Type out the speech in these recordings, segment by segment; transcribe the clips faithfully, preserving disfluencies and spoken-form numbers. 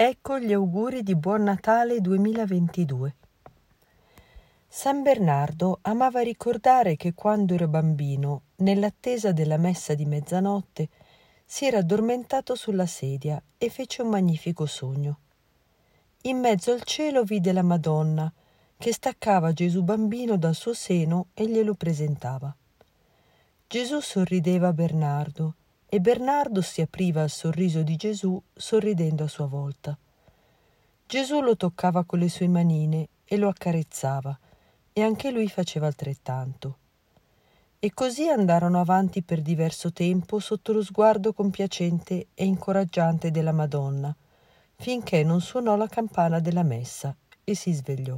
Ecco gli auguri di Buon Natale duemilaventidue. San Bernardo amava ricordare che quando era bambino, nell'attesa della messa di mezzanotte, si era addormentato sulla sedia e fece un magnifico sogno. In mezzo al cielo vide la Madonna, che staccava Gesù bambino dal suo seno e glielo presentava. Gesù sorrideva a Bernardo e Bernardo si apriva al sorriso di Gesù sorridendo a sua volta. Gesù lo toccava con le sue manine e lo accarezzava e anche lui faceva altrettanto. E così andarono avanti per diverso tempo sotto lo sguardo compiacente e incoraggiante della Madonna, finché non suonò la campana della messa e si svegliò.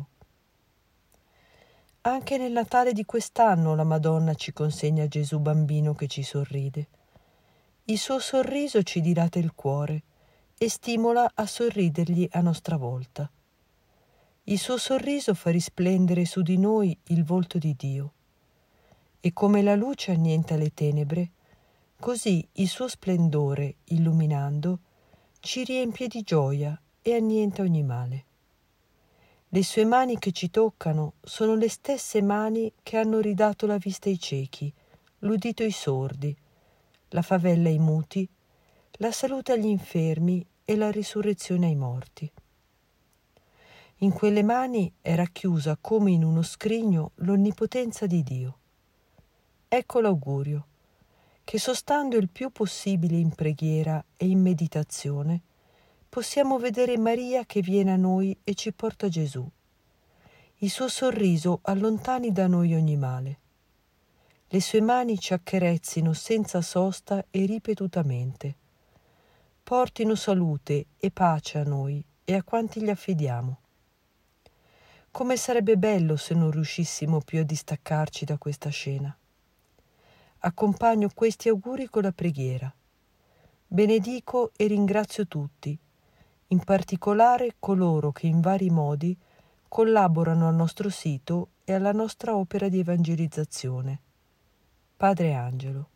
Anche nel Natale di quest'anno la Madonna ci consegna Gesù bambino che ci sorride. Il suo sorriso ci dilata il cuore e stimola a sorridergli a nostra volta. Il suo sorriso fa risplendere su di noi il volto di Dio. E come la luce annienta le tenebre, così il suo splendore, illuminando, ci riempie di gioia e annienta ogni male. Le sue mani che ci toccano sono le stesse mani che hanno ridato la vista ai ciechi, l'udito ai sordi, la favella ai muti, la salute agli infermi e la risurrezione ai morti. In quelle mani è racchiusa come in uno scrigno l'onnipotenza di Dio. Ecco l'augurio, che sostando il più possibile in preghiera e in meditazione, possiamo vedere Maria che viene a noi e ci porta Gesù. Il suo sorriso allontani da noi ogni male. Le sue mani ci accarezzino senza sosta e ripetutamente. Portino salute e pace a noi e a quanti gli affidiamo. Come sarebbe bello se non riuscissimo più a distaccarci da questa scena. Accompagno questi auguri con la preghiera. Benedico e ringrazio tutti, in particolare coloro che in vari modi collaborano al nostro sito e alla nostra opera di evangelizzazione. Padre Angelo.